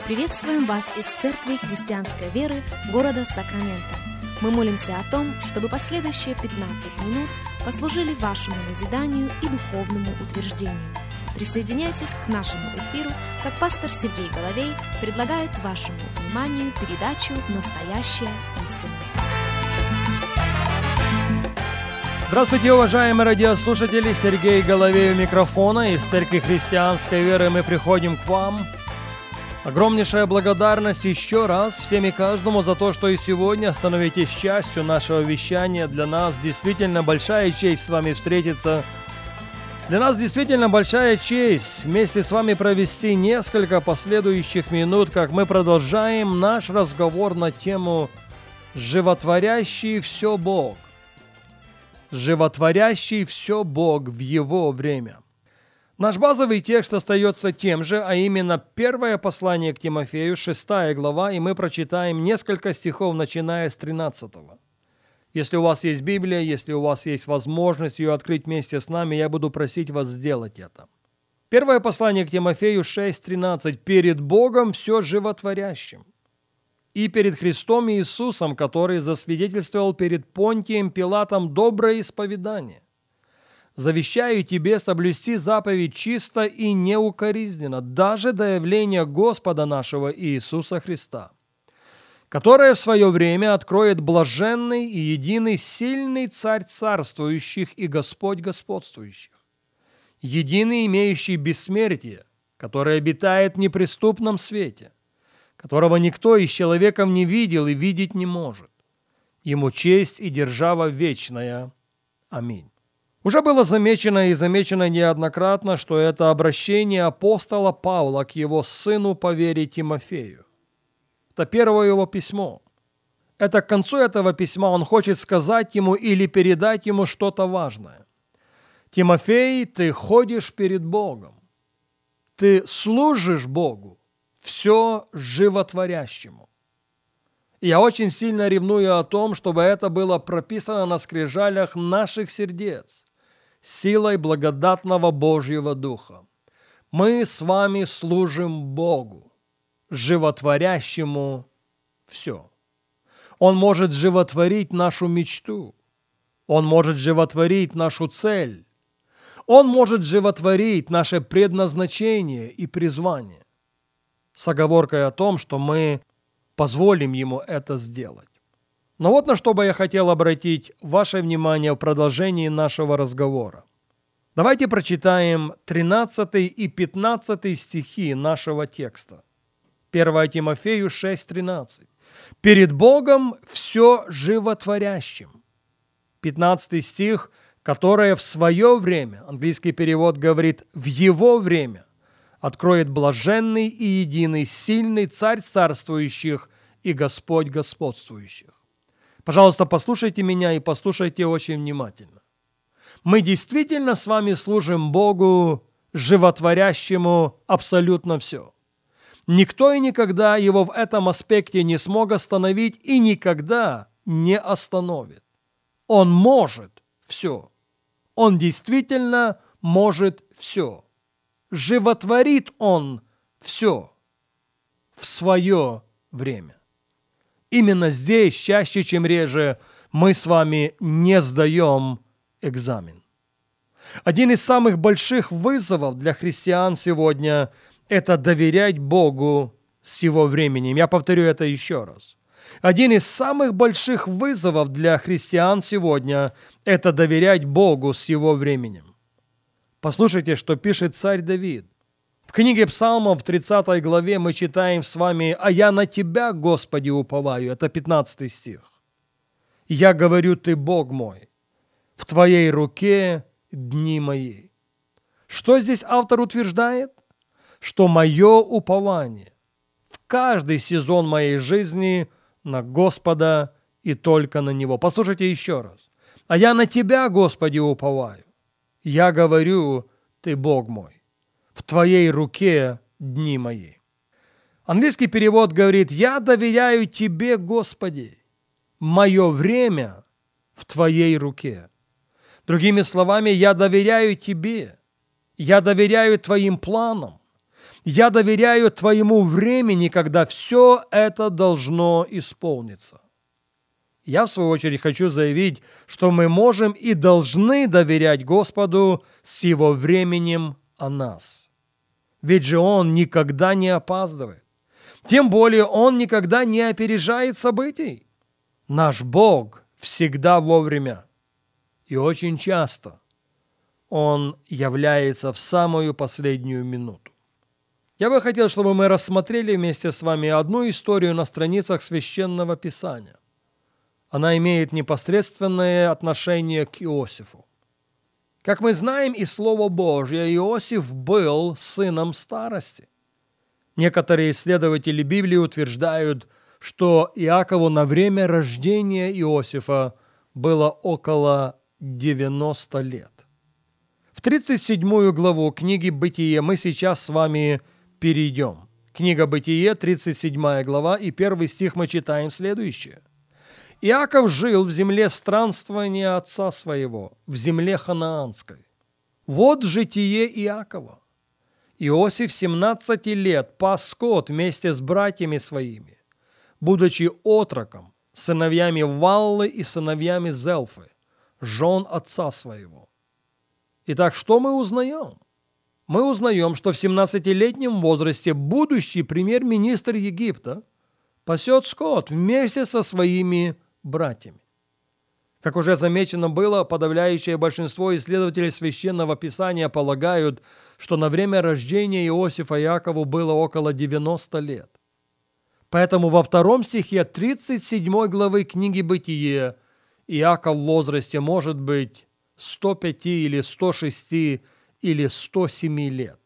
Приветствуем вас из Церкви Христианской Веры города Сакраменто. Мы молимся о том, чтобы последующие 15 минут послужили вашему назиданию и духовному утверждению. Присоединяйтесь к нашему эфиру, как пастор Сергей Головей предлагает вашему вниманию передачу «Настоящая истина». Здравствуйте, уважаемые радиослушатели! Сергей Головей у микрофона. Из Церкви Христианской Веры мы приходим к вам. Огромнейшая благодарность еще раз всем и каждому за то, что и сегодня становитесь частью нашего вещания. Для нас действительно большая честь с вами встретиться. Для нас действительно большая честь вместе с вами провести несколько последующих минут, как мы продолжаем наш разговор на тему «Животворящий все Бог». «Животворящий все Бог в Его время». Наш базовый текст остается тем же, а именно первое послание к Тимофею, 6 глава, и мы прочитаем несколько стихов, начиная с 13. Если у вас есть Библия, если у вас есть возможность ее открыть вместе с нами, я буду просить вас сделать это. Первое послание к Тимофею 6:13. «Перед Богом все животворящим, и перед Христом Иисусом, который засвидетельствовал перед Понтием Пилатом доброе исповедание. Завещаю тебе соблюсти заповедь чисто и неукоризненно, даже до явления Господа нашего Иисуса Христа, которое в свое время откроет блаженный и единый сильный Царь царствующих и Господь господствующих, единый имеющий бессмертие, который обитает в неприступном свете, которого никто из человеков не видел и видеть не может. Ему честь и держава вечная. Аминь». Уже было замечено неоднократно, что это обращение апостола Павла к его сыну по вере Тимофею. Это первое его письмо. Это к концу этого письма он хочет сказать ему или передать ему что-то важное. Тимофей, ты ходишь перед Богом. Ты служишь Богу, все животворящему. И я очень сильно ревную о том, чтобы это было прописано на скрижалях наших сердец, силой благодатного Божьего Духа. Мы с вами служим Богу, животворящему все. Он может животворить нашу мечту. Он может животворить нашу цель. Он может животворить наше предназначение и призвание, с оговоркой о том, что мы позволим Ему это сделать. Но вот на что бы я хотел обратить ваше внимание в продолжении нашего разговора. Давайте прочитаем 13 и 15 стихи нашего текста. 1 Тимофею 6:13. «Перед Богом все животворящим». 15 стих, которое в свое время, английский перевод говорит «в Его время», откроет блаженный и единый сильный Царь царствующих и Господь господствующих. Пожалуйста, послушайте меня и послушайте очень внимательно. Мы действительно с вами служим Богу, животворящему абсолютно все. Никто и никогда его в этом аспекте не смог остановить и никогда не остановит. Он может все. Он действительно может все. Животворит Он все в свое время. Именно здесь, чаще, чем реже, мы с вами не сдаем экзамен. Один из самых больших вызовов для христиан сегодня – это доверять Богу с Его временем. Я повторю это еще раз. Один из самых больших вызовов для христиан сегодня – это доверять Богу с Его временем. Послушайте, что пишет царь Давид. В книге Псалмов в 30 главе мы читаем с вами: «А я на Тебя, Господи, уповаю». Это 15 стих. «Я говорю, Ты Бог мой, в Твоей руке дни мои». Что здесь автор утверждает? Что мое упование в каждый сезон моей жизни на Господа и только на Него. Послушайте еще раз. «А я на Тебя, Господи, уповаю. Я говорю, Ты Бог мой. В Твоей руке дни мои». Английский перевод говорит: «Я доверяю Тебе, Господи. Мое время в Твоей руке». Другими словами, я доверяю Тебе. Я доверяю Твоим планам. Я доверяю Твоему времени, когда все это должно исполниться. Я, в свою очередь, хочу заявить, что мы можем и должны доверять Господу с Его временем о нас. Ведь же Он никогда не опаздывает. Тем более Он никогда не опережает событий. Наш Бог всегда вовремя. И очень часто Он является в самую последнюю минуту. Я бы хотел, чтобы мы рассмотрели вместе с вами одну историю на страницах Священного Писания. Она имеет непосредственное отношение к Иосифу. Как мы знаем из Слова Божьего, Иосиф был сыном старости. Некоторые исследователи Библии утверждают, что Иакову на время рождения Иосифа было около 90 лет. В 37 главу книги «Бытие» мы сейчас с вами перейдем. Книга «Бытие», 37 глава, и 1 стих мы читаем следующее. «Иаков жил в земле странствования отца своего, в земле ханаанской. Вот житие Иакова. Иосиф 17 лет пас скот вместе с братьями своими, будучи отроком, сыновьями Валлы и сыновьями Зелфы, жен отца своего». Итак, что мы узнаем? Мы узнаем, что в 17-летнем возрасте будущий премьер-министр Египта пасет скот вместе со своими братьями. Как уже замечено было, подавляющее большинство исследователей Священного Писания полагают, что на время рождения Иосифа Иакову было около 90 лет. Поэтому во 2 стихе 37 главы книги «Бытие» Иаков в возрасте может быть 105 или 106 или 107 лет.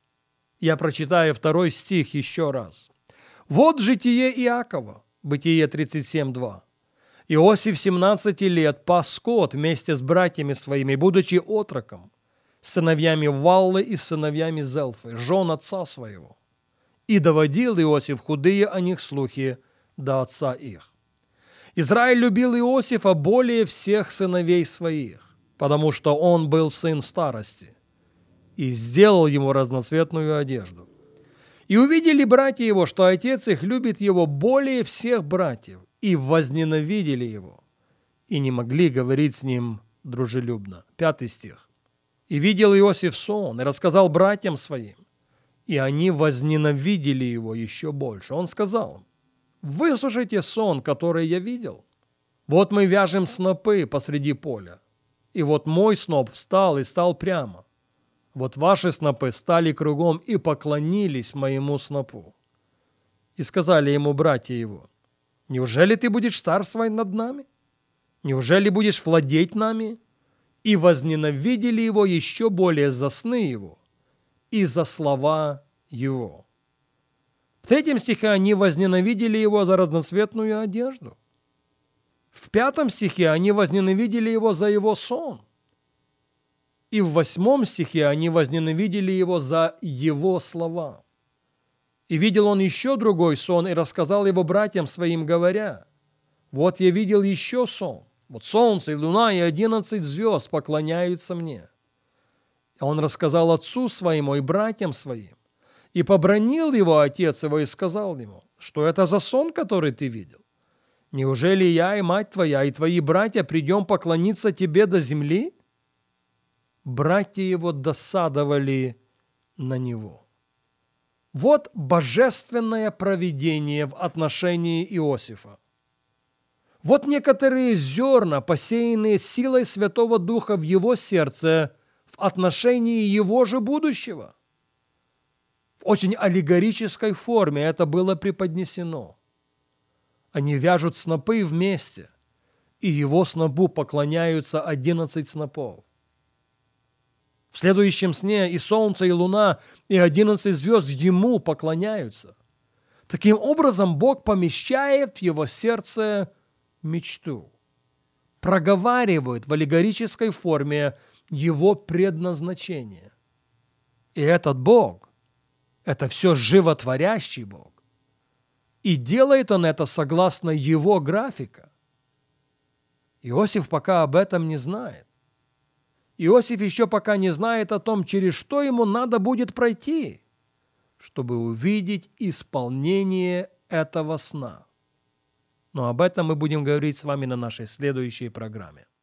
Я прочитаю 2 стих еще раз. «Вот житие Иакова», Бытие 37:2. «Иосиф 17 лет пас скот вместе с братьями своими, будучи отроком, сыновьями Валлы и сыновьями Зелфы, жен отца своего. И доводил Иосиф худые о них слухи до отца их. Израиль любил Иосифа более всех сыновей своих, потому что он был сын старости, и сделал ему разноцветную одежду. И увидели братья его, что отец их любит его более всех братьев, и возненавидели его, и не могли говорить с ним дружелюбно». 5 стих. «И видел Иосиф сон, и рассказал братьям своим, и они возненавидели его еще больше. Он сказал: выслушайте сон, который я видел. Вот мы вяжем снопы посреди поля, и вот мой сноп встал и стал прямо. Вот ваши снопы стали кругом и поклонились моему снопу. И сказали ему братья его: неужели ты будешь царствовать над нами? Неужели будешь владеть нами? И возненавидели его еще более за сны его и за слова его». В 3 стихе они возненавидели его за разноцветную одежду. В 5 стихе они возненавидели его за его сон. И в 8 стихе они возненавидели его за его слова. «И видел он еще другой сон, и рассказал его братьям своим, говоря: вот я видел еще сон. Вот солнце и луна и 11 звезд поклоняются мне». И он рассказал отцу своему и братьям своим. И побранил его отец его и сказал ему: что это за сон, который ты видел? Неужели я и мать твоя и твои братья придем поклониться тебе до земли? Братья его досадовали на него. Вот божественное провидение в отношении Иосифа. Вот некоторые зерна, посеянные силой Святого Духа в его сердце в отношении его же будущего. В очень аллегорической форме это было преподнесено. Они вяжут снопы вместе, и его снопу поклоняются 11 снопов. В следующем сне и солнце, и луна, и 11 звезд ему поклоняются. Таким образом, Бог помещает в его сердце мечту, проговаривает в аллегорической форме его предназначение. И этот Бог – это все животворящий Бог. И делает он это согласно его графика. Иосиф пока об этом не знает. Иосиф еще пока не знает о том, через что ему надо будет пройти, чтобы увидеть исполнение этого сна. Но об этом мы будем говорить с вами на нашей следующей программе.